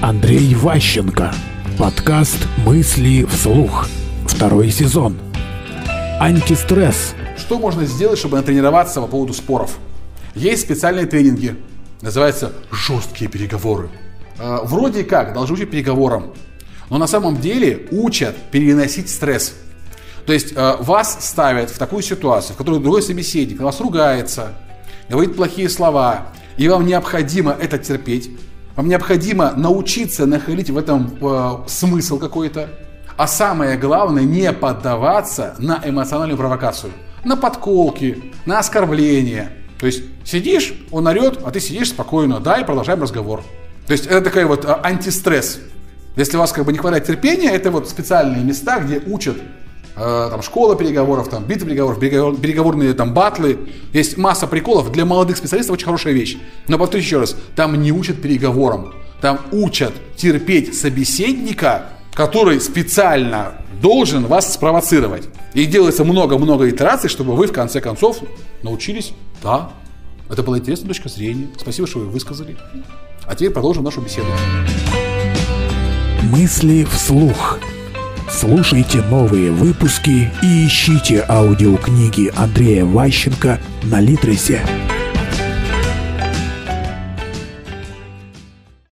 Андрей Ващенко. Подкаст «Мысли вслух». 2 сезон. Антистресс. Что можно сделать, чтобы натренироваться по поводу споров? Есть специальные тренинги. Называются жесткие переговоры. Вроде как должны учить переговорам. Но на самом деле учат переносить стресс. То есть вас ставят в такую ситуацию, в которой другой собеседник на вас ругается, говорит плохие слова, и вам необходимо это терпеть. Вам необходимо научиться находить в этом смысл какой-то. А самое главное, не поддаваться на эмоциональную провокацию, на подколки, на оскорбления. То есть сидишь, он орет, а ты сидишь спокойно, да, и продолжаем разговор. То есть это такой вот антистресс. Если у вас не хватает терпения, это вот специальные места, где учат там школа переговоров, там битвы переговоров, переговорные там батлы. Есть масса приколов. Для молодых специалистов очень хорошая вещь. Но повторюсь еще раз, там не учат переговорам. Там учат терпеть собеседника, который специально должен вас спровоцировать. И делается много-много итераций, чтобы вы в конце концов научились. Да, это была интересная точка зрения. Спасибо, что вы высказали. А теперь продолжим нашу беседу. Мысли вслух. Слушайте новые выпуски и ищите аудиокниги Андрея Ващенко на Литресе.